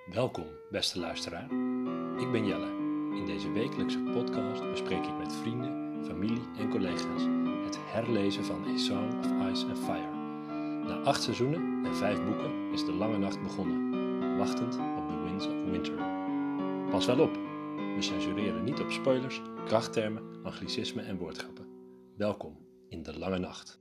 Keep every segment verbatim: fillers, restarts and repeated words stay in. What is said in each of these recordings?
Welkom, beste luisteraar. Ik ben Jelle. In deze wekelijkse podcast bespreek ik met vrienden, familie en collega's het herlezen van A Song of Ice and Fire. Na acht seizoenen en vijf boeken is de lange nacht begonnen, wachtend op The Winds of Winter. Pas wel op, we censureren niet op spoilers, krachttermen, anglicismen en woordgrappen. Welkom in de lange nacht.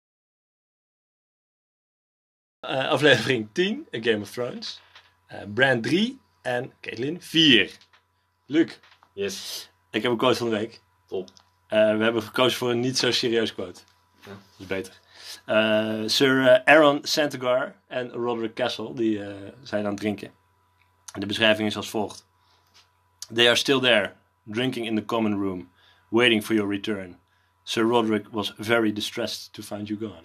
Uh, aflevering tien, A Game of Thrones. Uh, Bran drie en Catelyn vier. Luc. Yes. Ik heb een quote van de week. Top. Uh, we hebben gekozen voor een niet zo serieus quote. Ja. Dat is beter. Uh, Sir uh, Aaron Santagar en Roderick Castle die uh, zijn aan het drinken. De beschrijving is als volgt. They are still there, drinking in the common room, waiting for your return. Sir Roderick was very distressed to find you gone.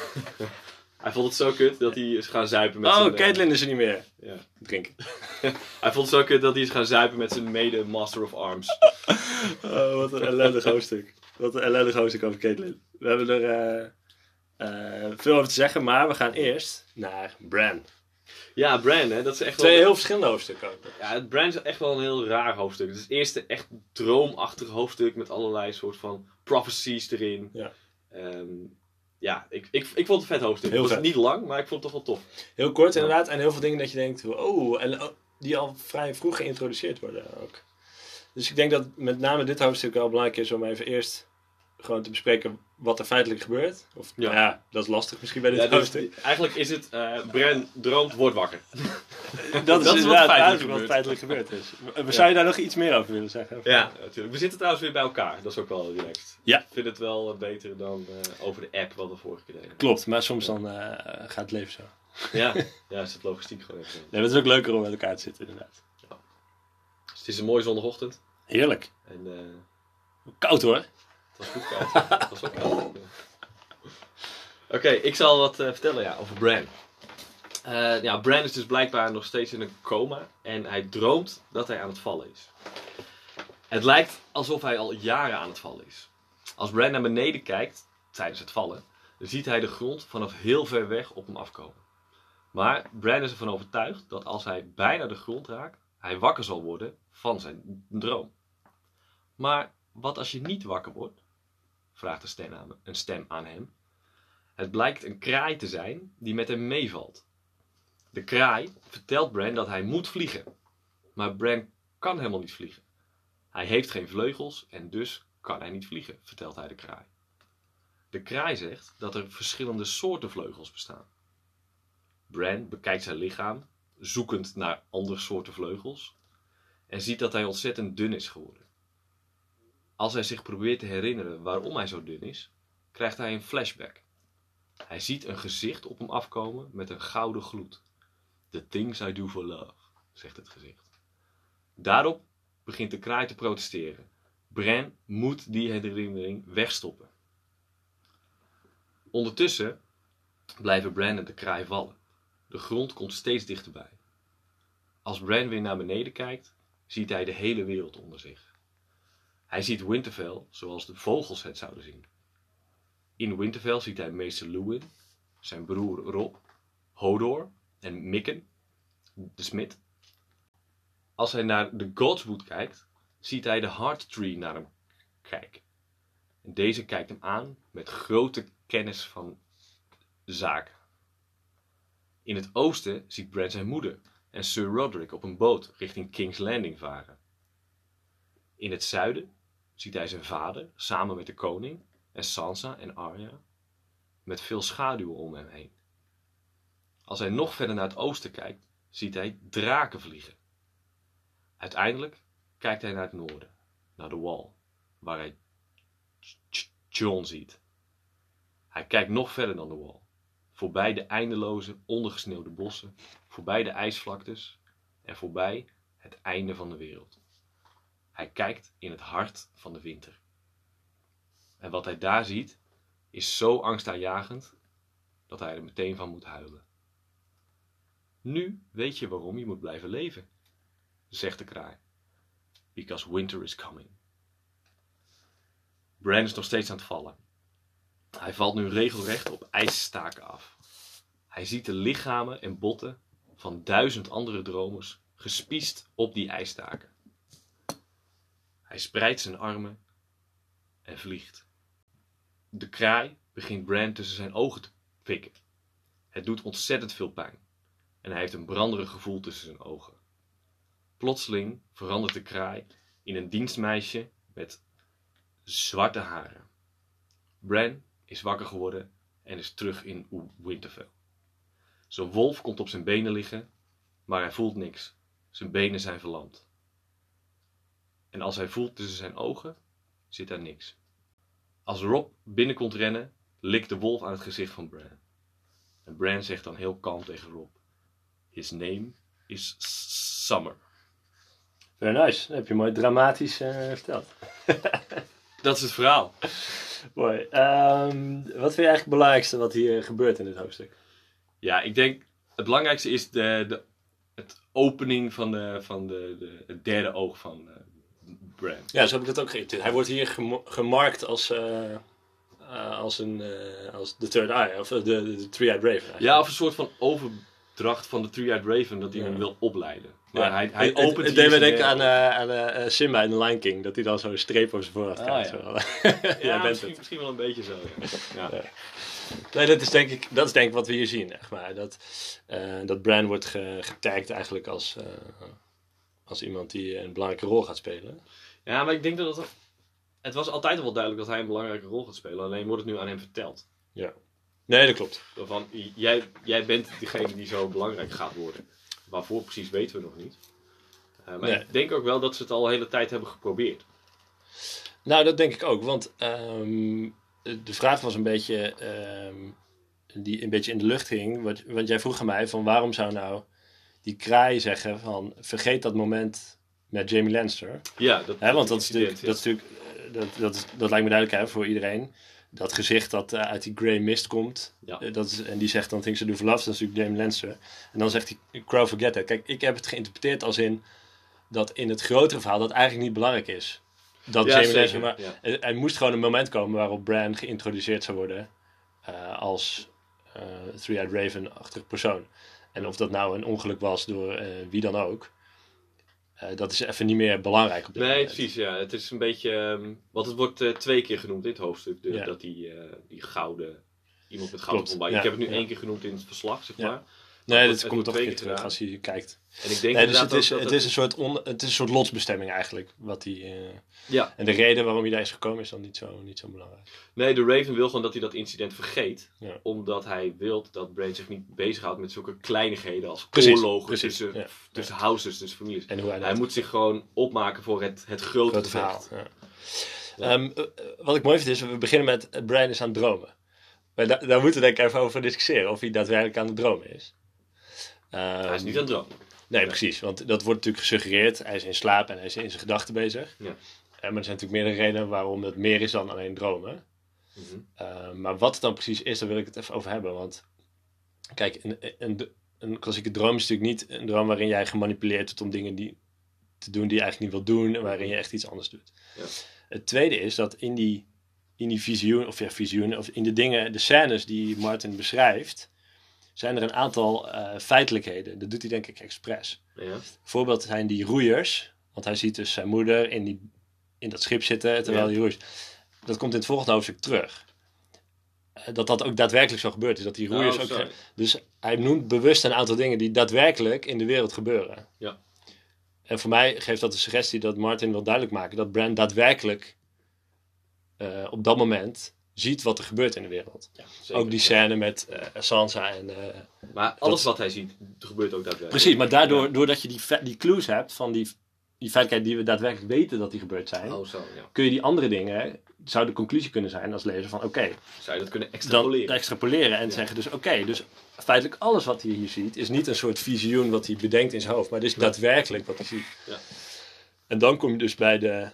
Hij vond het zo kut dat hij is gaan zuipen met oh, zijn... Oh, Catelyn is er niet meer. Ja. Drinken. Hij vond het zo kut dat hij is gaan zuipen met zijn mede Master of Arms. Oh, wat een ellendig hoofdstuk. Wat een ellendig hoofdstuk over Catelyn. We hebben er uh, uh, veel over te zeggen, maar we gaan eerst naar Bran. Ja, Bran, hè, dat is echt Twee wel... heel verschillende hoofdstukken ook. Ja, Bran is echt wel een heel raar hoofdstuk. Het is het eerste echt droomachtig hoofdstuk met allerlei soort van prophecies erin. Ja. Um, Ja, ik, ik, ik vond het een vet hoofdstuk. Heel het was vet. niet lang, maar ik vond het toch wel tof. Heel kort inderdaad. En heel veel dingen dat je denkt, oh, en oh, die al vrij vroeg geïntroduceerd worden ook. Dus ik denk dat met name dit hoofdstuk wel belangrijk is om even eerst gewoon te bespreken wat er feitelijk gebeurt. Of ja, nou ja dat is lastig misschien bij dit ja, dus hoofdstuk. Eigenlijk is het, uh, Bran droomt, wordt wakker. dat, dat is inderdaad feitelijk wat feitelijk gebeurd is. Ja. Zou je daar nog iets meer over willen zeggen? Ja, natuurlijk. We zitten trouwens weer bij elkaar. Dat is ook wel relaxed. Ja. Ik vind het wel beter dan uh, over de app wat we vorige keer deden. Klopt, maar soms dan uh, gaat het leven zo. Ja, ja, is het logistiek gewoon even. Nee, het is ook leuker om met elkaar te zitten inderdaad. Ja. Dus het is een mooie zondagochtend. Heerlijk. En, uh, koud hoor. Het was goed koud. Het was wel koud. Oké, okay, ik zal wat uh, vertellen ja, over Bran. Uh, ja, Bran is dus blijkbaar nog steeds in een coma en hij droomt dat hij aan het vallen is. Het lijkt alsof hij al jaren aan het vallen is. Als Bran naar beneden kijkt tijdens het vallen, dan ziet hij de grond vanaf heel ver weg op hem afkomen. Maar Bran is ervan overtuigd dat als hij bijna de grond raakt, hij wakker zal worden van zijn droom. Maar wat als je niet wakker wordt? Vraagt een stem aan, een stem aan hem. Het blijkt een kraai te zijn die met hem meevalt. De kraai vertelt Bran dat hij moet vliegen. Maar Bran kan helemaal niet vliegen. Hij heeft geen vleugels en dus kan hij niet vliegen, vertelt hij de kraai. De kraai zegt dat er verschillende soorten vleugels bestaan. Bran bekijkt zijn lichaam, zoekend naar andere soorten vleugels, en ziet dat hij ontzettend dun is geworden. Als hij zich probeert te herinneren waarom hij zo dun is, krijgt hij een flashback. Hij ziet een gezicht op hem afkomen met een gouden gloed. The things I do for love, zegt het gezicht. Daarop begint de kraai te protesteren. Bran moet die herinnering wegstoppen. Ondertussen blijven Bran en de kraai vallen. De grond komt steeds dichterbij. Als Bran weer naar beneden kijkt, ziet hij de hele wereld onder zich. Hij ziet Winterfell zoals de vogels het zouden zien. In Winterfell ziet hij meester Luwin, zijn broer Robb, Hodor en Mikken, de smid. Als hij naar de Godswood kijkt, ziet hij de Hearttree naar hem kijken. En deze kijkt hem aan met grote kennis van zaken. In het oosten ziet Bran zijn moeder en Sir Roderick op een boot richting King's Landing varen. In het zuiden ziet hij zijn vader samen met de koning en Sansa en Arya met veel schaduwen om hem heen. Als hij nog verder naar het oosten kijkt, ziet hij draken vliegen. Uiteindelijk kijkt hij naar het noorden, naar de Wall, waar hij Jon ziet. Hij kijkt nog verder dan de Wall, voorbij de eindeloze, ondergesneeuwde bossen, voorbij de ijsvlaktes en voorbij het einde van de wereld. Hij kijkt in het hart van de winter. En wat hij daar ziet, is zo angstaanjagend dat hij er meteen van moet huilen. Nu weet je waarom je moet blijven leven, zegt de kraai. Because winter is coming. Bran is nog steeds aan het vallen. Hij valt nu regelrecht op ijsstaken af. Hij ziet de lichamen en botten van duizend andere dromers gespiesd op die ijstaken. Hij spreidt zijn armen en vliegt. De kraai begint Bran tussen zijn ogen te pikken. Het doet ontzettend veel pijn en hij heeft een branderig gevoel tussen zijn ogen. Plotseling verandert de kraai in een dienstmeisje met zwarte haren. Bran is wakker geworden en is terug in Winterfell. Zijn wolf komt op zijn benen liggen, maar hij voelt niks. Zijn benen zijn verlamd. En als hij voelt tussen zijn ogen, zit daar niks. Als Robb binnenkomt rennen, likt de wolf aan het gezicht van Bran. En Bran zegt dan heel kalm tegen Robb: His name is Summer. Very nice. Dat heb je mooi dramatisch uh, verteld. Dat is het verhaal. Mooi. Um, wat vind je eigenlijk het belangrijkste wat hier gebeurt in dit hoofdstuk? Ja, ik denk het belangrijkste is de, de het opening van, de, van de, de, het derde oog van uh, Bran. Ja, zo heb ik dat ook geïnteresseerd. Hij wordt hier gem- gemarkt als, uh, uh, als, een, uh, als de Third Eye, of de, de, de Three-Eyed Raven. Eigenlijk. Ja, of een soort van overdracht van de Three-Eyed Raven dat hij ja. hem wil opleiden. Maar ja. hij, hij het, opent het, het hier deed me zijn denken aan, derde uh, aan uh, Simba in The Lion King, dat hij dan zo'n streep over zijn voorhoofd Ah, krijgt. ja. Ja, ja, bent misschien, het. misschien wel een beetje zo. Ja. Ja. Ja. Nee, dat is denk ik, dat is denk ik wat we hier zien. Echt maar. Dat, uh, dat Bran wordt ge, getagd eigenlijk als, uh, als iemand die een belangrijke rol gaat spelen. Ja, maar ik denk dat het... Het was altijd al wel duidelijk dat hij een belangrijke rol gaat spelen. Alleen wordt het nu aan hem verteld. Ja. Nee, dat klopt. Van, jij, jij bent degene die zo belangrijk gaat worden. Waarvoor precies weten we nog niet. Uh, maar Nee. ik denk ook wel dat ze het al de hele tijd hebben geprobeerd. Nou, dat denk ik ook. Want um, de vraag was een beetje... Um, die een beetje in de lucht ging. Want, want jij vroeg aan mij van waarom zou nou die kraai zeggen van... Vergeet dat moment met Jaime Lannister. Ja, dat, Hè, want dat is incident, natuurlijk... Dat, is natuurlijk dat, dat, is, dat lijkt me duidelijk hè, voor iedereen. Dat gezicht dat uh, uit die grey mist komt. Ja. Uh, dat is, en die zegt dan things to do for love. Dat is natuurlijk Jaime Lannister. En dan zegt hij Crow forget it. Kijk, ik heb het geïnterpreteerd als in... Dat in het grotere verhaal dat eigenlijk niet belangrijk is. Dat Ja, Jaime zeker, Lannister... Maar ja. er, er moest gewoon een moment komen waarop Bran geïntroduceerd zou worden. Uh, als uh, Three-Eyed Raven-achtig persoon. En of dat nou een ongeluk was door uh, wie dan ook. Uh, dat is even niet meer belangrijk op dit Nee, moment. precies. Ja. Het is een beetje... Um, want het wordt uh, twee keer genoemd in het hoofdstuk. De, Ja. Dat die, uh, die gouden... Iemand met gouden Klopt, voorbij. ja, Ik heb het nu ja. één keer genoemd in het verslag, zeg Ja. maar. Nee, Het dat wordt- komt het toch een wordt keer twee terug keer als je kijkt. En ik denk Nee, dus het inderdaad is, ook dat het is een soort on, het is een soort lotsbestemming eigenlijk. Wat die, uh, Ja. en de reden waarom hij daar is gekomen is dan niet zo, niet zo belangrijk. Nee, de Raven wil gewoon dat hij dat incident vergeet. Ja. Omdat hij wil dat Bran zich niet bezighoudt met zulke kleinigheden als Precies, oorlogen precies, tussen, ja. tussen houses, tussen families. En hoe hij, Hij dat moet zich gewoon opmaken voor het, het grote, grote verhaal. gevecht. Ja. Ja. Um, uh, wat ik mooi vind is, we beginnen met uh, Bran is aan het dromen. Maar da- daar moeten we denk ik even over discussiëren of hij daadwerkelijk aan het dromen is. Um, Hij is niet aan het dromen. Nee, precies. Want dat wordt natuurlijk gesuggereerd. Hij is in slaap en hij is in zijn gedachten bezig. Ja. Uh, maar er zijn natuurlijk meerdere redenen waarom het meer is dan alleen dromen. Mhm. Uh, maar wat het dan precies is, daar wil ik het even over hebben. Want kijk, een, een, een klassieke droom is natuurlijk niet een droom waarin jij gemanipuleerd wordt om dingen die, te doen die je eigenlijk niet wil doen. En waarin je echt iets anders doet. Ja. Het tweede is dat in die, in die visioen, of ja, visioen, of in de dingen, de scènes die Martin beschrijft, zijn er een aantal uh, feitelijkheden. Dat doet hij denk ik expres. Ja. Bijvoorbeeld zijn die roeiers, want hij ziet dus zijn moeder in, die, in dat schip zitten terwijl Ja. hij roeit. Dat komt in het volgende hoofdstuk terug. Uh, dat dat ook daadwerkelijk zo gebeurt is. Dat die roeiers Oh, ook. sorry. Dus hij noemt bewust een aantal dingen die daadwerkelijk in de wereld gebeuren. Ja. En voor mij geeft dat de suggestie dat Martin wil duidelijk maken dat Bran daadwerkelijk uh, op dat moment ziet wat er gebeurt in de wereld. Ja, zeker. Ook die scène met uh, Sansa en... Uh, Maar alles wat hij ziet, gebeurt ook daadwerkelijk. Precies, maar daardoor, Ja. doordat je die, fe- die clues hebt van die, die feitelijkheid die we daadwerkelijk weten dat die gebeurd zijn, Oh, zo, ja. kun je die andere dingen, zou de conclusie kunnen zijn als lezer van oké, okay, Zou je dat kunnen dan extrapoleren? extrapoleren en Ja. zeggen dus oké, okay, dus feitelijk alles wat hij hier ziet is niet een soort visioen wat hij bedenkt in zijn hoofd, maar dit is Ja. daadwerkelijk wat hij ziet. Ja. En dan kom je dus bij de,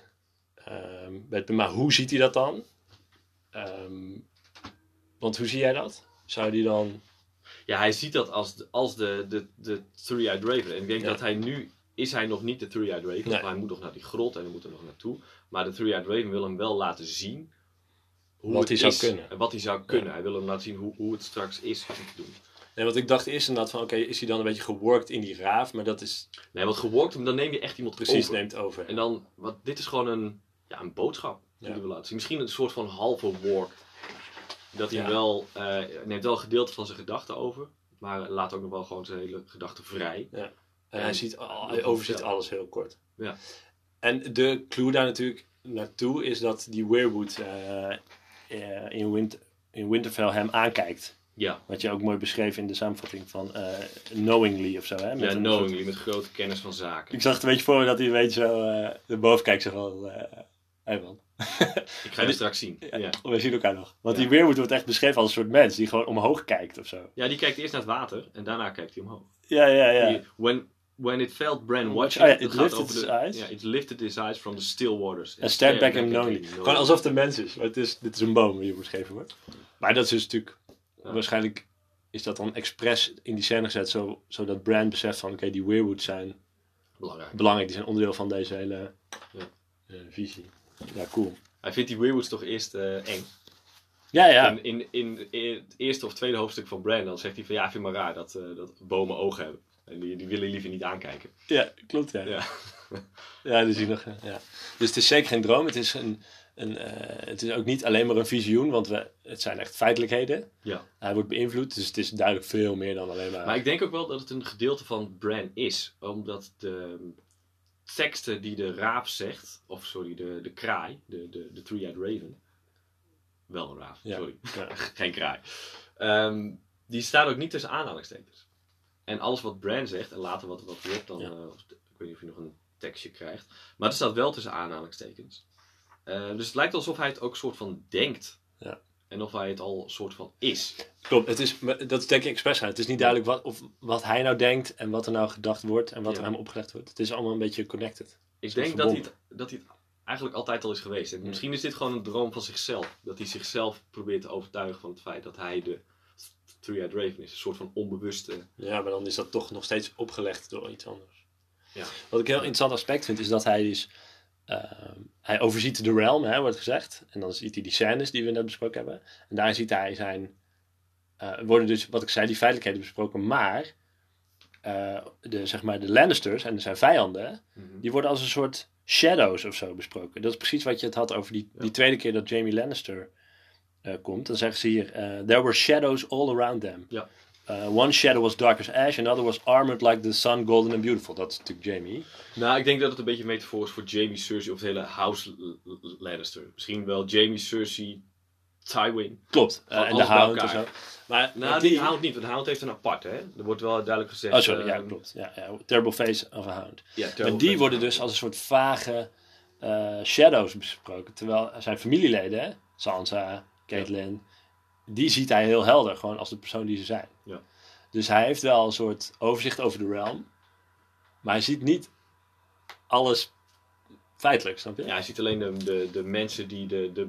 um, bij het, maar hoe ziet hij dat dan? Um, want hoe zie jij dat? Zou die dan... Ja, hij ziet dat als de, als de, de, de Three-Eyed Raven. En ik denk Ja. dat hij nu... Is hij nog niet de Three-Eyed Raven. Nee. Want hij moet nog naar die grot en hij moet er nog naartoe. Maar de Three-Eyed Raven wil hem wel laten zien... Hoe Wat het hij zou is kunnen. En wat hij zou kunnen. Hij wil hem laten zien hoe, hoe het straks is om te doen. Nee, want ik dacht eerst inderdaad van, oké, okay, is hij dan een beetje geworkt in die raaf? Maar dat is... Nee, wat geworkt, dan neem je echt iemand Precies, over. neemt over. En dan, wat, dit is gewoon een, ja, een boodschap die Ja. we laten zien. Misschien een soort van halve walk. Dat hij Ja. wel, uh, neemt wel een gedeelte van zijn gedachten over. Maar laat ook nog wel gewoon zijn hele gedachten vrij. Ja. En hij, ziet, al- hij dat overziet ja. alles heel kort. Ja. En de clue daar natuurlijk naartoe is dat die weirwood uh, uh, in, Winter, in Winterfell hem aankijkt. Ja. Wat je ook mooi beschreef in de samenvatting van uh, knowingly of zo. Hè? Met Ja, een knowingly, soort... met grote kennis van zaken. Ik zag het een beetje voor me dat hij een beetje zo uh, erboven kijkt. Zeg wel, uh, hey man. Ik ga je straks zien. Ja, Ja. We zien elkaar nog. Want Ja. die weirwood wordt echt beschreven als een soort mens die gewoon omhoog kijkt of zo. ja, die kijkt eerst naar het water en daarna kijkt hij omhoog. Ja, ja, ja. Die, when, when it felt Bran watching, Oh ja, het it gaat lifted over his de- eyes. Ja, it lifted his eyes from the still waters. En stared back him at knowingly. him Gewoon alsof het een mens is. Maar het is, dit is een boom die beschreven wordt. Maar dat is dus natuurlijk... Ja. Waarschijnlijk is dat dan expres in die scène gezet. Zo, zodat Bran beseft van... Oké, okay, die weirwoods zijn Belangrijk. belangrijk. Die zijn onderdeel van deze hele Ja. uh, visie. Ja, cool. Hij vindt die weirwoods toch eerst uh, eng. Ja, ja. In, in, in, in het eerste of tweede hoofdstuk van Bran dan zegt hij van ja, ik vind het maar raar dat, uh, dat bomen ogen hebben. En die, die willen liever niet aankijken. Ja, klopt ja. Ja. Ja, dus, nog, ja. Dus het is zeker geen droom. Het is, een, een, uh, het is ook niet alleen maar een visioen. Want we, het zijn echt feitelijkheden. Ja. Hij wordt beïnvloed. Dus het is duidelijk veel meer dan alleen maar... Maar ik denk ook wel dat het een gedeelte van Bran is. Omdat de teksten die de raaf zegt, of sorry, de, de kraai, de, de, de Three-Eyed Raven. Wel een raaf, Ja. sorry. Ja. Geen kraai. Um, die staan ook niet tussen aanhalingstekens. En alles wat Bran zegt, en later wat, wat Rob dan, Ja. uh, ik weet niet of je nog een tekstje krijgt. Maar het staat wel tussen aanhalingstekens. Uh, dus het lijkt alsof hij het ook soort van denkt. Ja. En of hij het al soort van is. Klopt, het is, dat is denk ik expres. Het is niet duidelijk wat, of, wat hij nou denkt en wat er nou gedacht wordt en wat Ja. er hem opgelegd wordt. Het is allemaal een beetje connected. Ik Soort denk dat hij, verbonden. het, dat hij het eigenlijk altijd al is geweest. En Ja. misschien is dit gewoon een droom van zichzelf. Dat hij zichzelf probeert te overtuigen van het feit dat hij de Three-Eyed Raven is. Een soort van onbewuste... Ja, maar dan is dat toch nog steeds opgelegd door iets anders. Ja. Wat ik een heel interessant aspect vind, is dat hij dus... Uh, hij overziet de realm, hè, wordt gezegd. En dan ziet hij die scènes die we net besproken hebben. En daar ziet hij zijn... Uh, worden dus, wat ik zei, die feitelijkheden besproken. Maar uh, de, zeg maar, de Lannisters en zijn vijanden... Mm-hmm. die worden als een soort shadows of zo besproken. Dat is precies wat je het had over die, Ja. die tweede keer dat Jaime Lannister uh, komt. Dan zeggen ze hier... Uh, There were shadows all around them. Ja. Uh, one shadow was dark as ash, another was armored like the sun, golden and beautiful. Dat is natuurlijk Jaime. Nou, ik denk dat het een beetje een metafoor is voor Jaime, Cersei of het hele House L- L- Lannister. Misschien wel Jaime, Cersei, Tywin. Klopt. Uh, Van en de alles bij Hound en elkaar. zo. Maar Nou, maar die Hound niet, want de Hound heeft een apart, hè. Er wordt wel duidelijk gezegd... Oh, sorry. Ja, ehm, klopt. Ja, ja. Terrible face of a Hound. Ja, Maar die worden dus als een soort vage uh, shadows besproken. Terwijl zijn familieleden, hè, Sansa, Catelyn, die ziet hij heel helder. Gewoon als de persoon die ze zijn. Ja. Dus hij heeft wel een soort overzicht over de realm. Maar hij ziet niet alles feitelijk, snap je? Ja, hij ziet alleen de, de, de mensen die de, de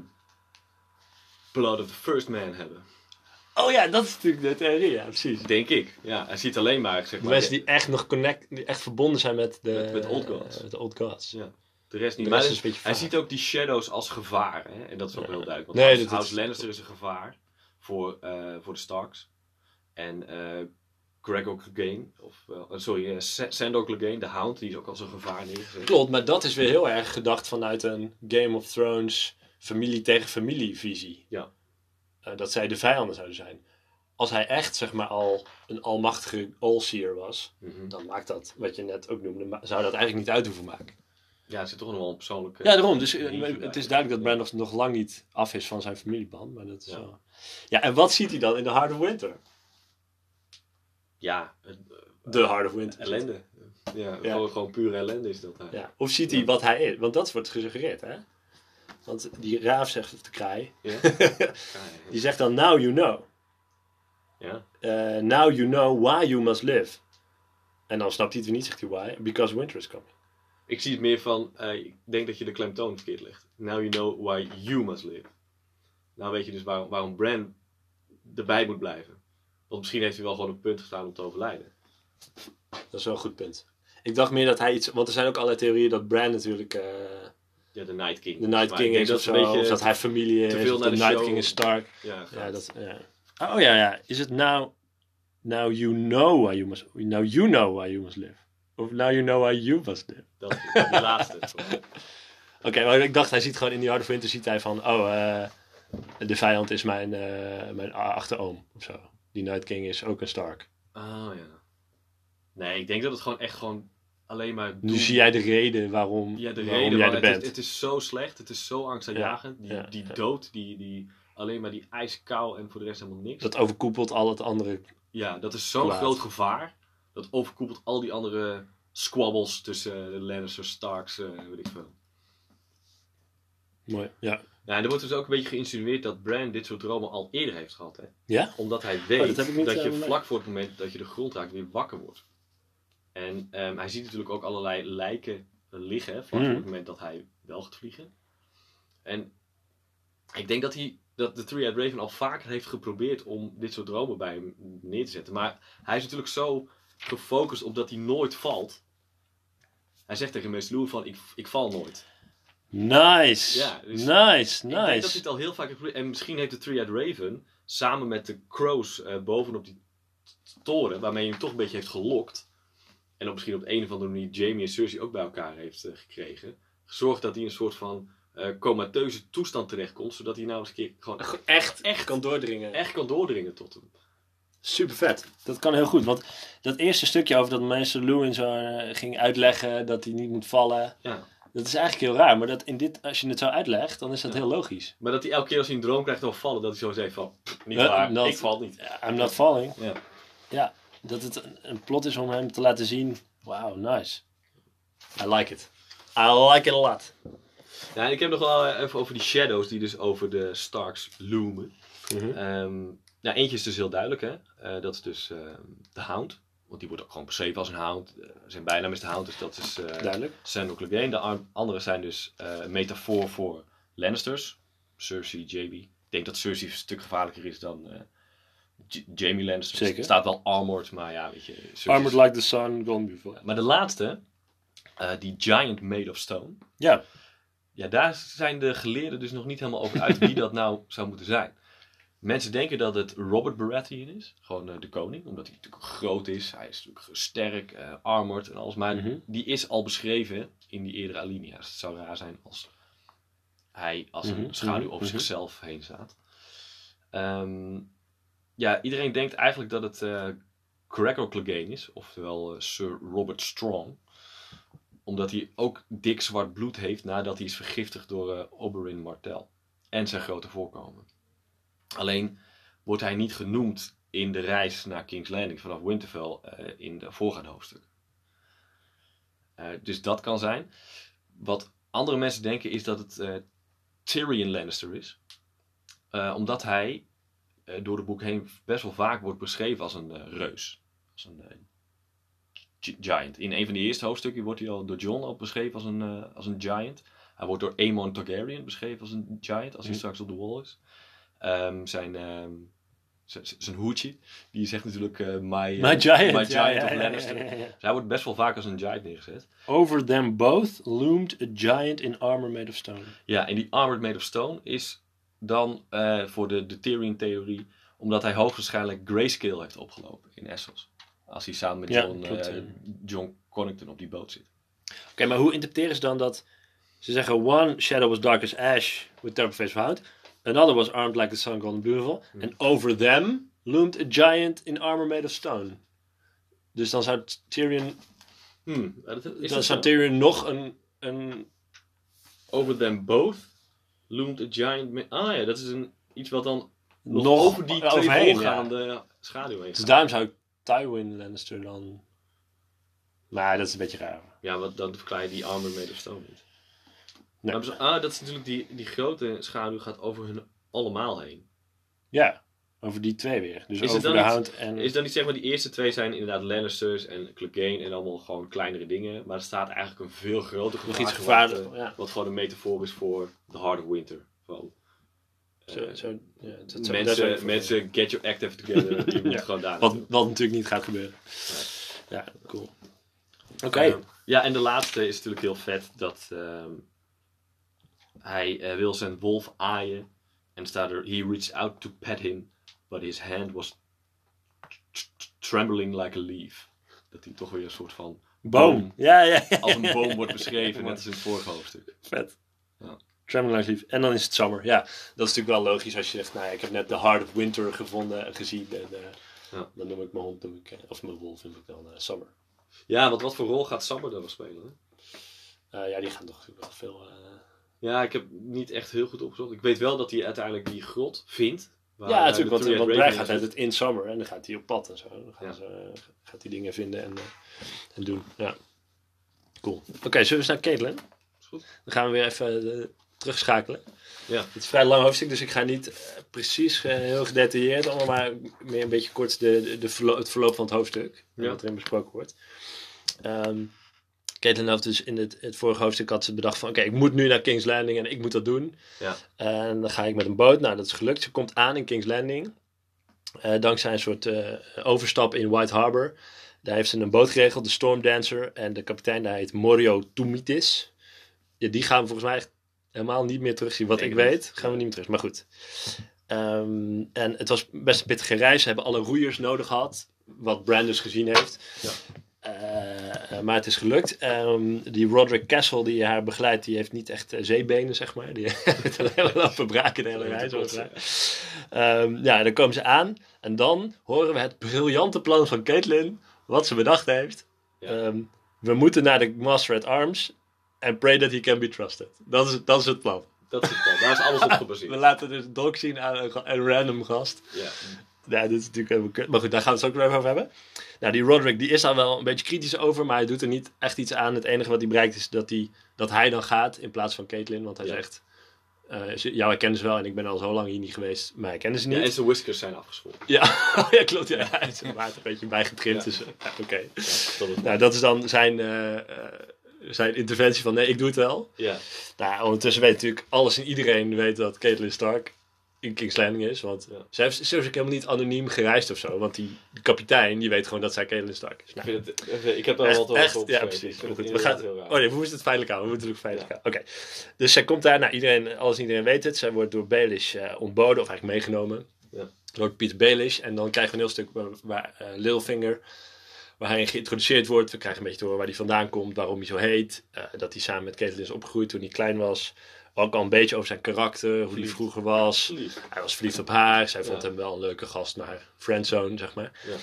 blood of the first man hebben. Oh ja, dat is natuurlijk de theorie, ja, precies. Denk ik. Ja, hij ziet alleen maar, zeg De maar... mensen die echt nog connect, die echt verbonden zijn met de, Met- met old gods. uh, met de old gods. Ja. De rest niet. De Maar rest is een beetje hij vaag. ziet ook die shadows als gevaar. Hè? En dat is ook Ja. heel duidelijk. Want Nee, House, dat House is- Lannister is een gevaar voor, uh, voor de Starks. En uh, Gregor Clegane, of uh, sorry, uh, Sa- Sandor Clegane, de Hound, die is ook als een gevaar neergezet. Klopt, maar dat is weer heel erg gedacht vanuit een Game of Thrones familie tegen familie visie. Ja. Uh, dat zij de vijanden zouden zijn. Als hij echt, zeg maar, al een almachtige Allseer was, Mm-hmm. dan maakt dat, wat je net ook noemde, ma- zou dat eigenlijk niet uit hoeven maken. Ja, er zit toch nog wel een persoonlijke... Ja, daarom. Dus uh, liefde bij. het is duidelijk dat Bran nog, nog lang niet af is van zijn familieband. Maar dat is Ja. wel... Ja, en wat ziet hij dan in The Heart of Winter? Ja, het, uh, The Heart of Winter. ellende. Ja, Ja. Gewoon, gewoon pure ellende is dat. Hè? Ja. Of ziet hij wat hij is? Want dat wordt gesuggereerd, hè? Want die raaf zegt, of de kraai, Ja? die zegt dan, now you know. Ja. Uh, now you know why you must live. En dan snapt hij het weer niet, zegt hij why. Because winter is coming. Ik zie het meer van, uh, ik denk dat je de klemtoon verkeerd legt. Now you know why you must live. Nou weet je dus waarom, waarom Bran erbij moet blijven. Want misschien heeft hij wel gewoon een punt gestaan om te overlijden. Dat is wel een goed punt. Ik dacht meer dat hij iets... Want er zijn ook allerlei theorieën dat Bran natuurlijk uh, Ja, de Night King. de Night Maar King ik is denk of dat zo. een beetje Of dat hij familie is. te veel Of naar de de Night show. King is Stark. Ja, Ja, gaat. dat, ja. Oh ja, ja. Is het nou now you know why you must... Now you know why you must live. Of now you know why you must live. Dat is die laatste. Oké, okay, maar ik dacht, hij ziet gewoon in die Heart of Winter, ziet hij van, oh, uh, de vijand is mijn, uh, mijn achteroom, of zo. Die Night King is ook een Stark. Oh ja. Nee, ik denk dat het gewoon echt gewoon alleen maar... Nu doen. zie jij de reden waarom, ja, de waarom reden, jij er het bent. Is, het is zo slecht, het is zo angstaanjagend. Ja, Die, ja, die ja. dood, die, die, alleen maar die ijskou en voor de rest helemaal niks. Dat overkoepelt al het andere. Ja, dat is zo'n kwaad. groot gevaar. Dat overkoepelt al die andere squabbles tussen de Lannisters, Starks, uh, weet ik veel. Mooi, ja. Ja, en er wordt dus ook een beetje geïnsinueerd dat Bran dit soort dromen al eerder heeft gehad. Hè? Ja? Omdat hij weet Oh, dat heb ik niet, dat je uh, vlak voor het moment dat je de grond raakt weer wakker wordt. En um, hij ziet natuurlijk ook allerlei lijken liggen, hè, vlak Mm. voor het moment dat hij wel gaat vliegen. En ik denk dat hij dat de Three-Eyed Raven al vaker heeft geprobeerd om dit soort dromen bij hem neer te zetten. Maar hij is natuurlijk zo gefocust op dat hij nooit valt. Hij zegt tegen meester Lou van, ik, ik val nooit. Nice. Ja, dus nice, Ik denk dat hij nice. het al heel vaak heeft geprobeerd. En misschien heeft de Three-Eyed Raven samen met de Crows uh, bovenop die t- toren, waarmee hij hem toch een beetje heeft gelokt. En op misschien op een of andere manier Jaime en Cersei ook bij elkaar heeft uh, gekregen. Gezorgd dat hij in een soort van uh, comateuze toestand terechtkomt. Zodat hij nou eens een keer gewoon Echt, echt, kan doordringen. echt kan doordringen tot hem. Super vet. Dat kan heel goed. Want dat eerste stukje over dat meester Lewin zo uh, ging uitleggen dat hij niet moet vallen. Ja. Dat is eigenlijk heel raar. Maar dat in dit, als je het zo uitlegt, dan is dat Ja. heel logisch. Maar dat hij elke keer als hij een droom krijgt over vallen, dat hij zo zegt van, pff, niet Ja, waar, dat- ik val niet. I'm not falling. Ja. Ja, dat het een, een plot is om hem te laten zien. Wow, nice. I like it. I like it a lot. Ja, en ik heb nog wel even over die shadows die dus over de Starks loomen. Mm-hmm. Um, ja, eentje is dus heel duidelijk, hè. Uh, dat is dus uh, de Hound. Want die wordt ook gewoon beschreven als een Hound. Uh, zijn bijnaam is de Hound, dus dat is uh, Duidelijk. Sandor Clegane. De ar- andere zijn dus uh, een metafoor voor Lannisters. Cersei, Jaime. Ik denk dat Cersei een stuk gevaarlijker is dan uh, J- Jaime Lannister. Zeker. Het staat wel armored, maar ja, weet je. Cersei Armored is- like the sun, gone before. Maar de laatste, uh, die Giant Made of Stone. Ja. Ja, daar zijn de geleerden dus nog niet helemaal over uit wie dat nou zou moeten zijn. Mensen denken dat het Robert Baratheon is, gewoon uh, de koning, omdat hij natuurlijk groot is. Hij is natuurlijk sterk, uh, armored en alles, maar Mhm. die is al beschreven in die eerdere alinea's. Het zou raar zijn als hij als een Mhm, schaduw mhm, over mhm. zichzelf heen staat. Um, ja, iedereen denkt eigenlijk dat het uh, Gregor Clegane is, oftewel uh, Sir Robert Strong. Omdat hij ook dik zwart bloed heeft nadat hij is vergiftigd door uh, Oberyn Martell. En zijn grote voorkomen. Alleen wordt hij niet genoemd in de reis naar King's Landing vanaf Winterfell uh, in de voorgaande hoofdstuk. Uh, dus dat kan zijn. Wat andere mensen denken is dat het uh, Tyrion Lannister is. Uh, omdat hij uh, door het boek heen best wel vaak wordt beschreven als een uh, reus. Als een uh, gi- giant. In een van de eerste hoofdstukken wordt hij al door Jon al beschreven als een, uh, als een giant. Hij wordt door Aemon Targaryen beschreven als een giant als hij Mm. straks op de wall is. Um, zijn, um, z- z- zijn hoedje, die zegt natuurlijk uh, my, uh, My giant. my ja, giant ja, of ja, Lannister. ja, ja, ja. Dus hij wordt best wel vaak als een giant neergezet. Over them both loomed a giant in armor made of stone. Ja, en die Armored Made of Stone is dan uh, voor de, de Tyrion-theorie, omdat hij hoogstwaarschijnlijk grayscale heeft opgelopen in Essos. Als hij samen met Ja, John, klopt, uh, ja. John Connington op die boot zit. Oké, okay, maar hoe interpreteren ze dan dat... Ze zeggen, one shadow was dark as ash with terrible face of hound. Another was armed like the sun, golden beautiful. Hmm. And over them loomed a giant in armor made of stone. Dus dan zou Tyrion... Hmm, dat, is Dan dat zou zo? Tyrion nog een... een Over them both loomed a giant... ma- Ah ja, dat is een, iets wat dan nog, Nog over die twee overheen, voorgaande schaduw heen dus gaat. daarom zou Tywin Lannister dan... Maar dat is een beetje raar. Ja, want dan verklaar je die Armored Made of Stone niet. Nee. Maar, bes- ah, dat is natuurlijk die, die grote schaduw gaat over hun allemaal heen. Ja, over die twee weer. Dus Is het over dan de niet- Hound en... Is dan niet zeg maar, die eerste twee zijn inderdaad Lannisters en Clegane en allemaal gewoon kleinere dingen. Maar er staat eigenlijk een veel groter nog gevaar. iets gevaarlijker. Wat, Ja. uh, wat gewoon een metafoor is voor The Heart of Winter. Van, uh, Zo, zo, ja, dat zou- daar zou mensen, ik voor mensen, get your act even together. Je moet Ja. gewoon daar Wat, naartoe. wat natuurlijk niet gaat gebeuren. Ja, cool. Oké. Uh, ja, en de laatste is natuurlijk heel vet. Dat uh, hij uh, wil zijn wolf aaien. En staat er, he reached out to pet him. But his hand was trembling like a leaf. Dat hij toch weer een soort van Boom. Ja, ja, ja. als een boom wordt beschreven, net als in het vorige hoofdstuk. Vet. Ja. Trembling like a leaf. En dan is het summer. Ja, dat is natuurlijk wel logisch als je zegt, nou ja, ik heb net The Heart of Winter gevonden en gezien. En, uh, ja. Dan noem ik mijn hond, noem ik, of mijn wolf, noem ik dan uh, Summer. Ja, want wat voor rol gaat Summer dan nog spelen? Hè? Uh, ja, die gaan toch natuurlijk wel veel... Uh... Ja, ik heb niet echt heel goed opgezocht. Ik weet wel dat hij uiteindelijk die grot vindt. Ja, natuurlijk, want, want Bran gaat het in Summer en dan gaat hij op pad en zo. Dan gaan ja. ze, uh, gaat hij dingen vinden en, uh, en doen. Ja. Cool. Oké, okay, zullen we eens naar Catelyn? Is goed. Dan gaan we weer even uh, terugschakelen. Ja. Het is een vrij lang hoofdstuk, dus ik ga niet uh, precies uh, heel gedetailleerd allemaal, maar meer een beetje kort de, de, de verlo- het verloop van het hoofdstuk. Ja. Wat erin besproken wordt. Um, Catelyn had dus in het, het vorige hoofdstuk had ze bedacht van... Oké, okay, ik moet nu naar King's Landing en ik moet dat doen. Ja. En dan ga ik met een boot. Nou, dat is gelukt. Ze komt aan in King's Landing. Uh, dankzij een soort uh, overstap in White Harbor. Daar heeft ze een boot geregeld, de Storm Dancer. En de kapitein daar heet Morio Tumitis. Ja, die gaan we volgens mij echt helemaal niet meer terugzien. Wat ik, ik weet, gaan we niet meer terug. Maar goed. Um, en het was best een pittige reis. Ze hebben alle roeiers nodig gehad. Wat Bran dus gezien heeft. Ja. Uh, maar het is gelukt. Um, die Roderick Castle die haar begeleidt, die heeft niet echt uh, zeebenen, zeg maar. Die heeft een hele lopen braken de hele reis. Um, ja, dan komen ze aan. En dan horen we het briljante plan van Catelyn. Wat ze bedacht heeft. Ja. Um, we moeten naar de Master at Arms. And pray that he can be trusted. Dat is, dat is het plan. Dat is het plan. Daar is alles op gebaseerd. We laten dus Doc zien aan een, een random gast. Ja. Ja, dit is natuurlijk even kut. Maar goed, daar gaan we het ook nog even over hebben. Nou, die Roderick, die is daar wel een beetje kritisch over, maar hij doet er niet echt iets aan. Het enige wat hij bereikt is dat hij, dat hij dan gaat in plaats van Catelyn. Want hij ja. zegt, uh, jou herkennen ze wel en ik ben al zo lang hier niet geweest, maar hij kennen ze niet. Ja, en zijn whiskers zijn afgeschoren. Ja, ja klopt. Ja. Hij is er een beetje bijgetrimd. Ja. Dus, ja, oké. Okay. Ja, nou, dat is dan zijn... Uh, uh, zijn interventie van nee, ik doe het wel. Ja. Nou, ondertussen weet natuurlijk alles en iedereen weet dat Catelyn Stark in King's Landing is. Want ja. ze heeft ze ook helemaal niet anoniem gereisd of zo. Want die, die kapitein, die weet gewoon dat zij Catelyn Stark is. Nou, ik, vind het, ik heb daar wel wat over. Ja, precies. Goed, we gaan, oh nee, we moeten het feitelijk aan. We moeten het feitelijk ja. aan. Oké. Okay. Dus zij komt daar. Nou, iedereen, alles en iedereen weet het. Zij wordt door Baelish uh, ontboden. Of eigenlijk meegenomen. Ja. Door Peter Baelish. En dan krijgen we een heel stuk waar, waar uh, Littlefinger... waar hij in geïntroduceerd wordt. We krijgen een beetje te horen waar hij vandaan komt, waarom hij zo heet. Uh, dat hij samen met Catelyn is opgegroeid toen hij klein was. Ook al een beetje over zijn karakter, hoe hij vroeger was. Verliefd. Hij was verliefd op haar. Zij vond ja. hem wel een leuke gast naar friendzone, zeg maar. Ja.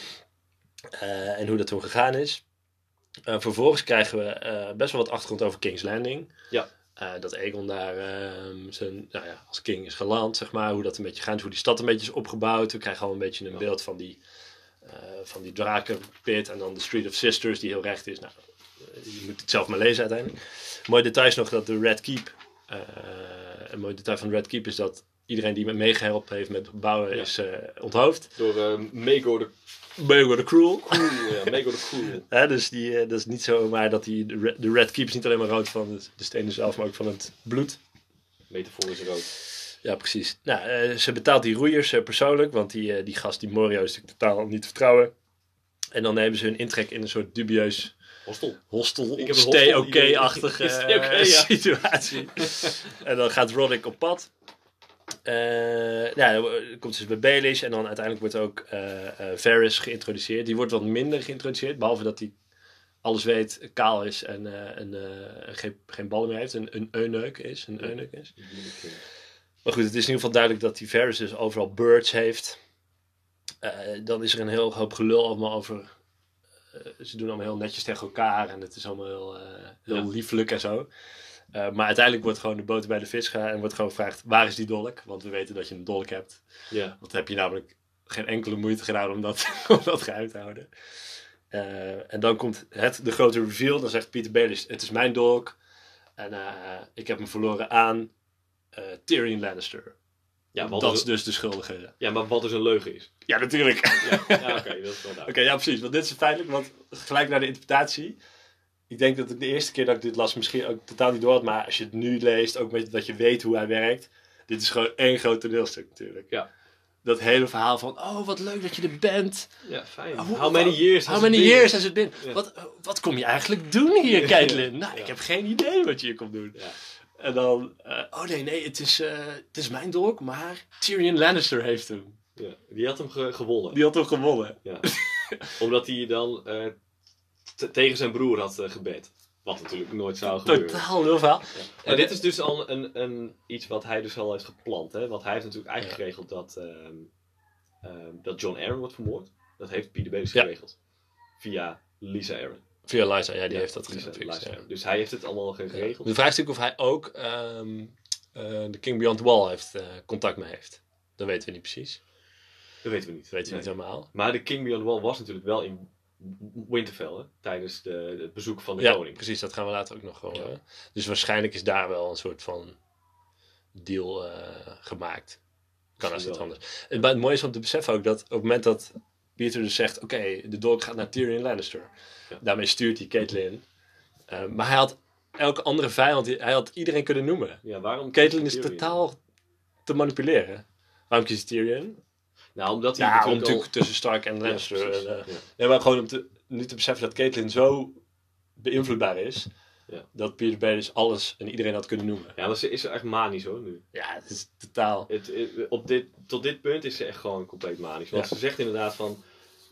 Uh, en hoe dat toen gegaan is. Uh, vervolgens krijgen we uh, best wel wat achtergrond over King's Landing. Ja. Uh, dat Aegon daar uh, zijn, nou ja, als king is geland, zeg maar. Hoe dat een beetje gaat, hoe die stad een beetje is opgebouwd. We krijgen al een beetje een ja. beeld van die... Uh, van die drakenpit en dan de Street of Sisters die heel recht is. Nou, je moet het zelf maar lezen uiteindelijk. Mooi detail is nog dat de Red Keep, uh, een mooi detail van de Red Keep is dat iedereen die met meegehelpen heeft met bouwen ja. is uh, onthoofd. Door uh, Maegor de Maegor the Cruel. Cruel ja, Maegor the Cruel. Ja, dus die, uh, dat is niet zomaar dat die, de, Red, de Red Keep is niet alleen maar rood van de, de stenen zelf, maar ook van het bloed. Metaforisch rood. Ja, precies. Nou, uh, ze betaalt die roeiers uh, persoonlijk, want die, uh, die gast, die Morio, is natuurlijk totaal niet te vertrouwen. En dan nemen ze hun intrek in een soort dubieus hostel, hostel stay oké-achtige okay okay, ja. situatie. En dan gaat Roderick op pad. Uh, ja, dan komt ze bij Baelish en dan uiteindelijk wordt ook uh, uh, Varys geïntroduceerd. Die wordt wat minder geïntroduceerd, behalve dat hij alles weet, kaal is en, uh, en uh, geen, geen ballen meer heeft. Een, een eunuch is. Een eunuch is. Maar goed, het is in ieder geval duidelijk dat die Varys dus overal birds heeft. Uh, dan is er een heel hoop gelul allemaal over... Uh, ze doen allemaal heel netjes tegen elkaar en het is allemaal heel, uh, heel ja. liefelijk en zo. Uh, maar uiteindelijk wordt gewoon de boter bij de vis gegaan en wordt gewoon gevraagd, waar is die dolk? Want we weten dat je een dolk hebt. Ja. Want heb je namelijk geen enkele moeite gedaan om dat, om dat geheim te houden. Uh, en dan komt het, de grote reveal. Dan zegt Peter Baelish, het is mijn dolk. En uh, ik heb hem verloren aan uh, Tyrion Lannister. Ja, dat is, is dus de schuldige. Ja, maar wat dus een leugen is. Ja, natuurlijk. Ja, ja oké, okay, dat is wel Oké, okay, ja, precies. Want dit is feitelijk, want gelijk naar de interpretatie. Ik denk dat ik de eerste keer dat ik dit las misschien ook totaal niet door had. Maar als je het nu leest, ook met dat je weet hoe hij werkt. Dit is gewoon één groot toneelstuk natuurlijk. Ja. Dat hele verhaal van, oh wat leuk dat je er bent. Ja, fijn. Oh, how many years How many years has it been? Ja. Wat, wat kom je eigenlijk doen hier, Catelyn? Nou, ja. ik heb geen idee wat je hier komt doen. Ja. En dan, uh, oh nee, nee, het is, uh, het is mijn dolk, maar Tyrion Lannister heeft hem. Ja, die had hem ge- gewonnen. Die had hem gewonnen. Ja. Omdat hij dan uh, t- tegen zijn broer had uh, gebed. Wat natuurlijk nooit zou gebeuren. Totaal nul verhaal. Ja. Maar dit is dus al een, een, iets wat hij dus al heeft gepland. Hè? Want hij heeft natuurlijk eigenlijk ja. geregeld dat, uh, uh, dat John Aaron wordt vermoord. Dat heeft Peter Baelish ja. geregeld. Via Lisa Aaron. Via Lisa, ja, die ja, heeft dat Lisa, geregeld. Ja. Dus hij heeft het allemaal geregeld. De vraag is natuurlijk of hij ook um, uh, de King Beyond the Wall heeft, uh, contact mee heeft. Dat weten we niet precies. Dat weten we niet. Dat weten we nee. niet helemaal. Maar de King Beyond the Wall was natuurlijk wel in Winterfell, hè? Tijdens de, het bezoek van de ja, koning. Precies, dat gaan we later ook nog horen. Ja. Dus waarschijnlijk is daar wel een soort van deal uh, gemaakt. Kan als niet anders. En het mooie is om te beseffen ook dat op het moment dat Peter dus zegt, oké, okay, de dolk gaat naar Tyrion Lannister. Ja. Daarmee stuurt hij Catelyn. Uh, maar hij had elke andere vijand, hij had iedereen kunnen noemen. Ja, waarom Catelyn is totaal te manipuleren. Waarom kiest Tyrion? Nou, omdat hij ja, natuurlijk, om natuurlijk al... tussen Stark en Lannister. Ja, precies, en, uh, ja. ja, maar gewoon om te, nu te beseffen dat Catelyn zo beïnvloedbaar is. Ja. Dat Peter Baelish alles en iedereen had kunnen noemen. Ja, maar ze is echt manisch hoor nu. Ja, het is totaal. Het, het, op dit, tot dit punt is ze echt gewoon compleet manisch. Want ja. ze zegt inderdaad van...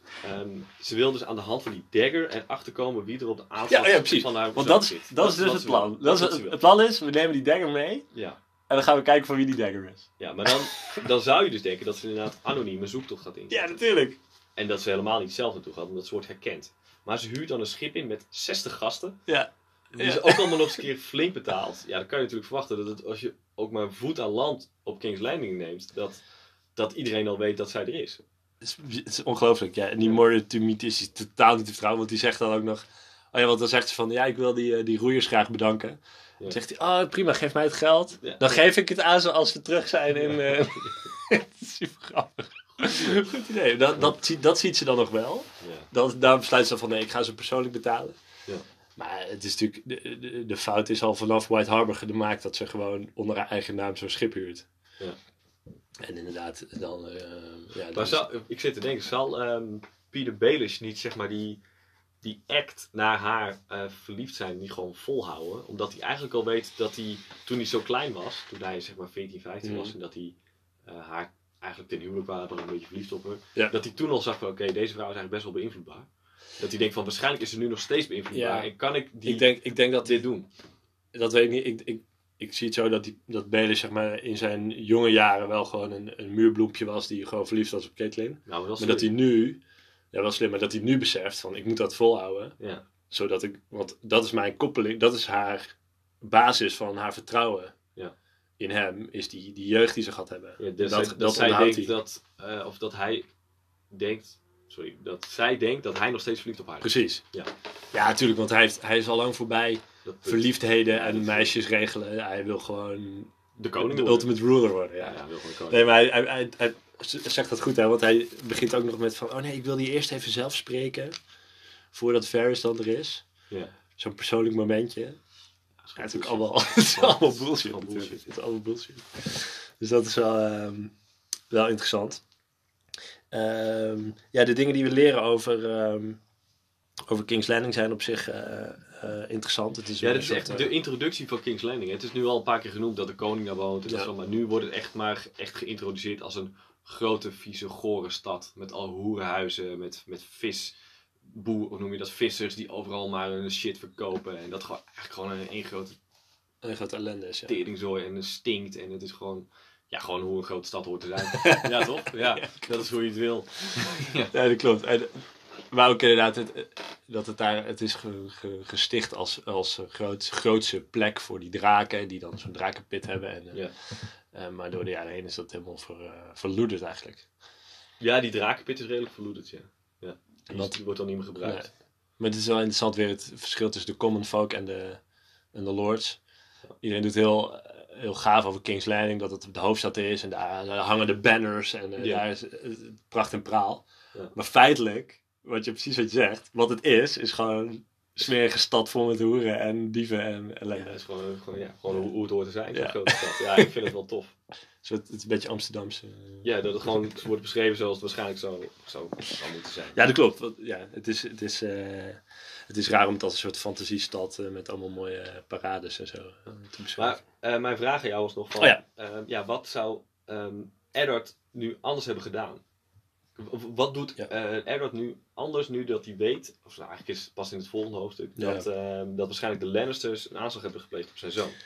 Um, ze wil dus aan de hand van die dagger en achterkomen wie er op de aanslag ja, ja, precies. van haar Want dat, zit. Dat, dat is dus het plan. Dat is het, het plan is, we nemen die dagger mee. Ja. En dan gaan we kijken van wie die dagger is. Ja, maar dan, dan zou je dus denken dat ze inderdaad anoniem een zoektocht gaat inzetten. Ja, natuurlijk. En dat ze helemaal niet zelf naartoe gaat, omdat ze wordt herkend. Maar ze huurt dan een schip in met zestig gasten. Ja. Die ja. ze ook allemaal nog eens een keer flink betaalt. Ja, dan kan je natuurlijk verwachten dat het, als je ook maar een voet aan land op King's Landing neemt, dat, dat iedereen al weet dat zij er is. Het is, het is ongelooflijk, ja. En die Mordred is totaal niet te vertrouwen, want die zegt dan ook nog... Oh ja, want dan zegt ze van, ja, ik wil die, die roeiers graag bedanken. Ja. Dan zegt hij, oh prima, geef mij het geld. Ja. Dan geef ik het aan ze als we terug zijn in... Ja. Uh... Super grappig. Goed idee. Dat, dat, dat ziet ze dan nog wel. Ja. Dat, daar besluit ze van, nee, ik ga ze persoonlijk betalen. Ja. Maar het is natuurlijk, de, de, de fout is al vanaf White Harbor gemaakt dat ze gewoon onder haar eigen naam zo'n schip huurt. Ja. En inderdaad, dan... Uh, ja, maar dan zal, ik zit te denken, zal um, Peter Baelish niet zeg maar die, die act naar haar uh, verliefd zijn niet gewoon volhouden? Omdat hij eigenlijk al weet dat hij, toen hij zo klein was, toen hij zeg maar veertien, vijftien mm. was en dat hij uh, haar eigenlijk ten huwelijk waren, een beetje verliefd op haar. Ja. Dat hij toen al zag van oké, okay, deze vrouw is eigenlijk best wel beïnvloedbaar. Dat hij denkt van waarschijnlijk is ze nu nog steeds beïnvloedbaar. Ja. En kan ik, die, ik, denk, ik denk dat dit doen? Dat weet ik niet. Ik, ik, ik zie het zo dat, die, dat Baelish zeg maar, in zijn jonge jaren wel gewoon een, een muurbloempje was die gewoon verliefd was op Catelyn. Nou, maar dat hij nu, ja wel slim, maar dat hij nu beseft van ik moet dat volhouden. Ja. Zodat ik, want dat is mijn koppeling, dat is haar basis van haar vertrouwen. Ja. In hem is die, die jeugd die ze gehad hebben. Ja, dus dat, dat, dat zij denkt dat, uh, of dat hij denkt, sorry, dat zij denkt dat hij nog steeds verliefd op haar is. Precies. Ja, ja natuurlijk, want hij, heeft, hij is al lang voorbij verliefdheden ja, en meisjes regelen. Hij wil gewoon de koning de ultimate ruler worden. Ja, ja, ja wil gewoon koning. Nee, maar hij, hij, hij, hij zegt dat goed, hè, want hij begint ook nog met van, oh nee, ik wil die eerst even zelf spreken voordat Varys dan er is. Ja. Zo'n persoonlijk momentje. Ja, het is natuurlijk allemaal, het is allemaal bullshit. Het is bullshit. Het is allemaal bullshit. Dus dat is wel, um, wel interessant. Um, ja, de dingen die we leren over, um, over King's Landing zijn op zich uh, uh, interessant. Het is ja, dit is echt de introductie van King's Landing. Het is nu al een paar keer genoemd dat de koning daar woont. Ja. Zo, maar nu wordt het echt maar echt geïntroduceerd als een grote, vieze, gore stad. Met al hoerenhuizen, met, met vis... boer, hoe noem je dat, vissers die overal maar hun shit verkopen en dat gewoon eigenlijk gewoon een één grote een grote ellende is, ja. teringzooi en het stinkt en het is gewoon, ja, gewoon hoe een grote stad hoort te zijn. Ja, toch? Ja, ja, dat is hoe je het wil. Ja, ja dat klopt. En, maar ook inderdaad, het, dat het daar, het is ge, ge, gesticht als, als groot, grootste plek voor die draken, die dan zo'n drakenpit hebben. En, ja. uh, maar door de jaren heen is dat helemaal ver, uh, verloederd eigenlijk. Ja, die drakenpit is redelijk verloederd, ja. Ja. Die, Wat, die wordt dan niet meer gebruikt. Nee. Maar het is wel interessant weer het verschil tussen de common folk en de, en de lords. Ja. Iedereen doet heel, heel gaaf over King's Landing, dat het de hoofdstad is en daar, daar hangen de banners en uh, ja. daar is uh, pracht en praal. Ja. Maar feitelijk, wat je precies wat je zegt, wat het is, is gewoon een smerige stad vol met hoeren en dieven en ellende. Ja, het is gewoon, gewoon, ja, gewoon hoe, hoe het hoort te zijn, zo'n ja. grote stad. Ja, ik vind het wel tof. Zo, het is een beetje Amsterdamse... Uh, ja, dat het gewoon wordt beschreven zoals het waarschijnlijk zo, zo zou moeten zijn. Ja, dat klopt. Ja, het, is, het, is, uh, het is raar om het als een soort fantasiestad uh, met allemaal mooie uh, parades en zo uh, te beschrijven. Maar uh, mijn vraag aan jou was nog van... Oh, ja. Uh, ja, wat zou um, Eddard nu anders hebben gedaan? wat doet Ja. uh, Eddard nu anders nu dat hij weet, of nou, eigenlijk is het pas in het volgende hoofdstuk, Ja. dat, uh, dat waarschijnlijk de Lannisters een aanslag hebben gepleegd op zijn zoon.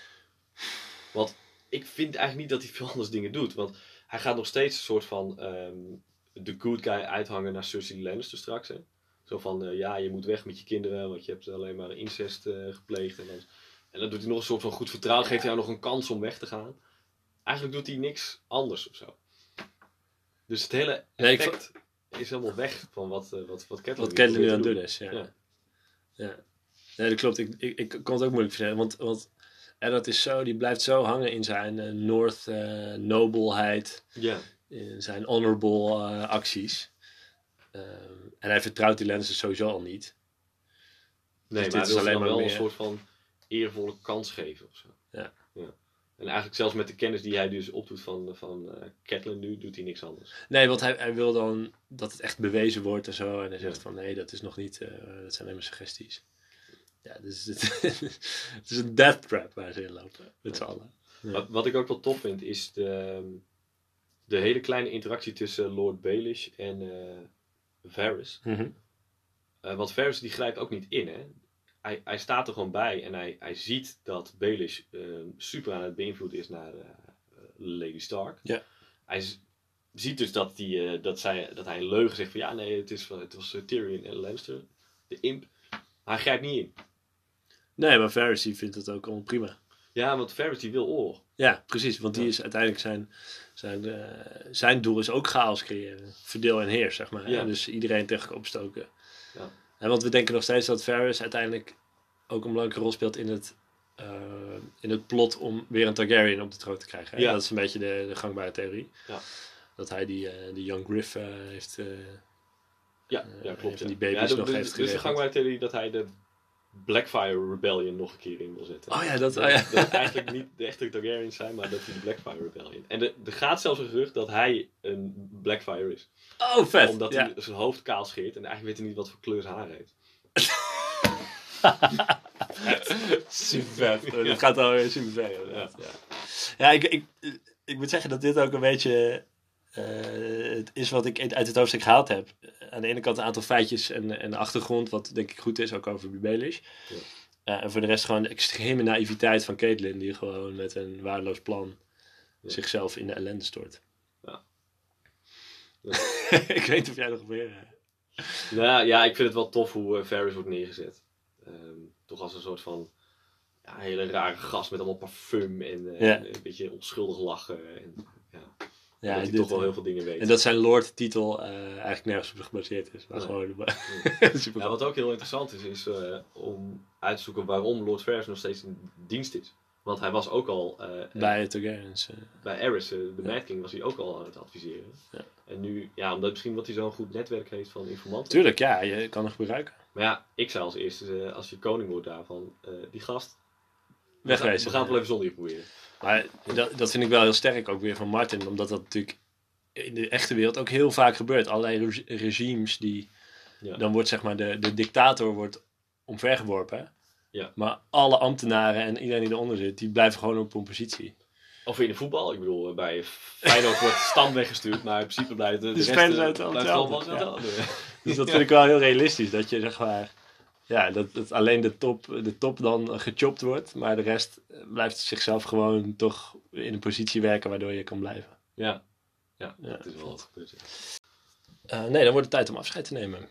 Want ik vind eigenlijk niet dat hij veel anders dingen doet, want hij gaat nog steeds een soort van um, de good guy uithangen naar Cersei Lannister straks. Hè? Zo van, uh, ja, je moet weg met je kinderen, want je hebt alleen maar incest uh, gepleegd. En dan, en dan doet hij nog een soort van goed vertrouwen, geeft hij jou nog een kans om weg te gaan. Eigenlijk doet hij niks anders of zo. Dus het hele effect nee, vond... is helemaal weg van wat, uh, wat, wat Catelyn wat Catelyn nu aan het doen is. Ja. Ja. Ja. Nee, dat klopt. Ik, ik, ik kon het ook moeilijk vertellen, want... want En dat is zo, die blijft zo hangen in zijn uh, North uh, nobelheid, yeah. in zijn honorable uh, acties. Uh, en hij vertrouwt die Lannisters sowieso al niet. Nee, dus maar hij wil alleen maar wel meer... een soort van eervolle kans geven of zo. Ja. Ja. En eigenlijk zelfs met de kennis die hij dus opdoet van, van uh, Catelyn nu, doet hij niks anders. Nee, want hij, hij wil dan dat het echt bewezen wordt en zo. En hij zegt van nee, dat is nog niet, uh, dat zijn alleen maar suggesties. Ja, dus het, het is een death trap waar ze in lopen, met z'n allen. Ja. Wat, wat ik ook wel tof vind, is de, de hele kleine interactie tussen Lord Baelish en uh, Varys. Mm-hmm. Uh, want Varys die grijpt ook niet in, hè. Hij, hij staat er gewoon bij en hij, hij ziet dat Baelish uh, super aan het beïnvloeden is naar uh, Lady Stark. Ja. Hij z- ziet dus dat, die, uh, dat, zij, dat hij een leugen zegt van ja, nee, het, is, het was uh, Tyrion en Lannister, de imp. Maar hij grijpt niet in. Nee, maar Varys die vindt het ook allemaal prima. Ja, want Varys die wil oorlog. Ja, precies. Want die ja. is uiteindelijk zijn... Zijn, uh, zijn doel is ook chaos creëren. Verdeel en heers, zeg maar. Ja. Hè? Dus iedereen tegen opstoken. Ja. En want we denken nog steeds dat Varys uiteindelijk ook een belangrijke rol speelt in het, uh, in het plot om weer een Targaryen op de troon te krijgen. Hè? Ja. Dat is een beetje de, de gangbare theorie. Ja. Dat hij die, uh, die Young Griff uh, heeft... Uh, ja, ja, klopt. En die ja. baby's ja, de, nog de, heeft Dus de gangbare theorie dat hij de Blackfire Rebellion nog een keer in wil zetten. Oh ja, dat... Dat, Oh ja. dat het eigenlijk niet de echte Targaryens zijn, maar dat hij de Blackfire Rebellion. En er gaat zelfs een gerucht dat hij een Blackfire is. Oh, vet! Omdat ja. hij zijn hoofd kaal scheert en eigenlijk weet hij niet wat voor kleur zijn haar heeft. Super vet. Dat gaat alweer super ver. Ja, ja. ja ik, ik, ik moet zeggen dat dit ook een beetje uh, het is wat ik uit het hoofdstuk gehaald heb. Aan de ene kant een aantal feitjes en, en de achtergrond, wat denk ik goed is, ook over Baelish. Ja. Uh, en voor de rest gewoon de extreme naïviteit van Catelyn, die gewoon met een waardeloos plan ja. zichzelf in de ellende stort. Ja. Ja. Ik weet niet of jij nog meer... Uh... Nou ja, ik vind het wel tof hoe uh, Varys wordt neergezet. Um, toch als een soort van ja, hele rare gast met allemaal parfum en, uh, ja. en een beetje onschuldig lachen. En, ja. Ja, dat hij dit, toch wel heel veel dingen weet. En dat zijn Lord-titel uh, eigenlijk nergens op gebaseerd is. Maar nee. gewoon... Ja. Super ja, wat ook heel interessant is, is uh, om uit te zoeken waarom Lord Varys nog steeds in dienst is. Want hij was ook al... Uh, bij het Targaryens. Uh, bij Aerys, uh, de ja. Mad King, was hij ook al aan het adviseren. Ja. En nu, ja, omdat misschien wat hij zo'n goed netwerk heeft van informanten. Tuurlijk, ja, je kan het gebruiken. Maar ja, ik zei als eerste, uh, als je koning wordt daarvan, uh, die gast... Wegwezen. We gaan het wel even zonder je proberen. Maar dat, dat vind ik wel heel sterk ook weer van Martin. Omdat dat natuurlijk in de echte wereld ook heel vaak gebeurt. Allerlei re- regimes die... Ja. Dan wordt zeg maar de, de dictator wordt omvergeworpen. Ja. Maar alle ambtenaren en iedereen die eronder zit, die blijven gewoon op hun positie. Of in de voetbal. Ik bedoel, bij Feyenoord wordt Stam weggestuurd. Maar in principe blijft de, de, de spelers rest uit blijft gewoon wel ja. Dus dat vind ik wel heel realistisch. Dat je zeg maar... Ja, dat, dat alleen de top, de top dan gechopt wordt. Maar de rest blijft zichzelf gewoon toch in een positie werken waardoor je kan blijven. Ja, ja, ja dat is wel wat gebeurd. Uh, nee, dan wordt het tijd om afscheid te nemen.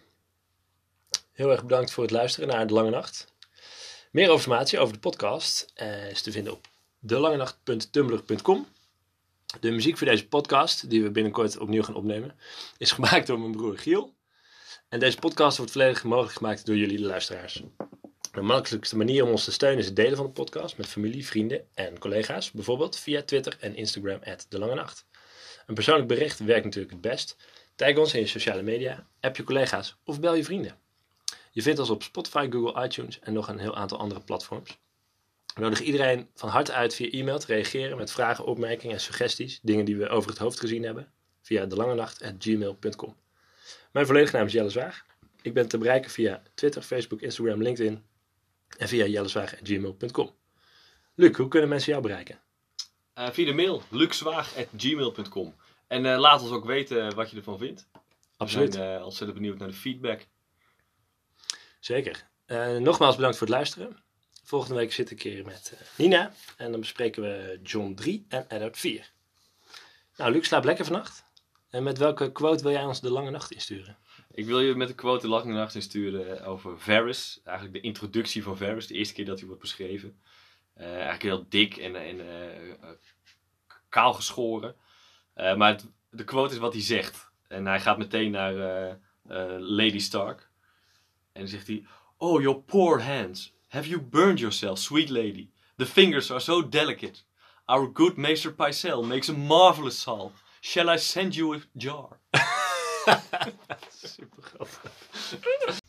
Heel erg bedankt voor het luisteren naar De Lange Nacht. Meer informatie over de podcast uh, is te vinden op delangenacht punt tumblr punt com. De muziek voor deze podcast, die we binnenkort opnieuw gaan opnemen, is gemaakt door mijn broer Giel. En deze podcast wordt volledig mogelijk gemaakt door jullie, de luisteraars. De makkelijkste manier om ons te steunen is het delen van de podcast met familie, vrienden en collega's. Bijvoorbeeld via Twitter en Instagram at De Lange Nacht. Een persoonlijk bericht werkt natuurlijk het best. Tag ons in je sociale media, app je collega's of bel je vrienden. Je vindt ons op Spotify, Google, iTunes en nog een heel aantal andere platforms. We nodigen iedereen van harte uit via e-mail te reageren met vragen, opmerkingen en suggesties. Dingen die we over het hoofd gezien hebben. Via delangenacht at gmail punt com. Mijn volledige naam is Jelle Zwaag. Ik ben te bereiken via Twitter, Facebook, Instagram, LinkedIn en via jellezwaag at gmail punt com. Luc, hoe kunnen mensen jou bereiken? Uh, via de mail luczwaag at gmail punt com. En uh, laat ons ook weten wat je ervan vindt. Absoluut. We zijn uh, ontzettend benieuwd naar de feedback. Zeker. Uh, nogmaals bedankt voor het luisteren. Volgende week zit ik hier met uh, Nina. En dan bespreken we John drie en Eddard vier. Nou, Luc, slaap lekker vannacht. En met welke quote wil jij ons de lange nacht insturen? Ik wil je met een quote de lange nacht insturen over Varys. Eigenlijk de introductie van Varys. De eerste keer dat hij wordt beschreven. Uh, eigenlijk heel dik en, en uh, uh, kaal geschoren. Uh, maar het, de quote is wat hij zegt. En hij gaat meteen naar uh, uh, Lady Stark. En dan zegt hij... Oh, your poor hands. Have you burned yourself, sweet lady? The fingers are so delicate. Our good Maester Pycelle makes a marvelous salve. Shall I send you a jar? Super grappig.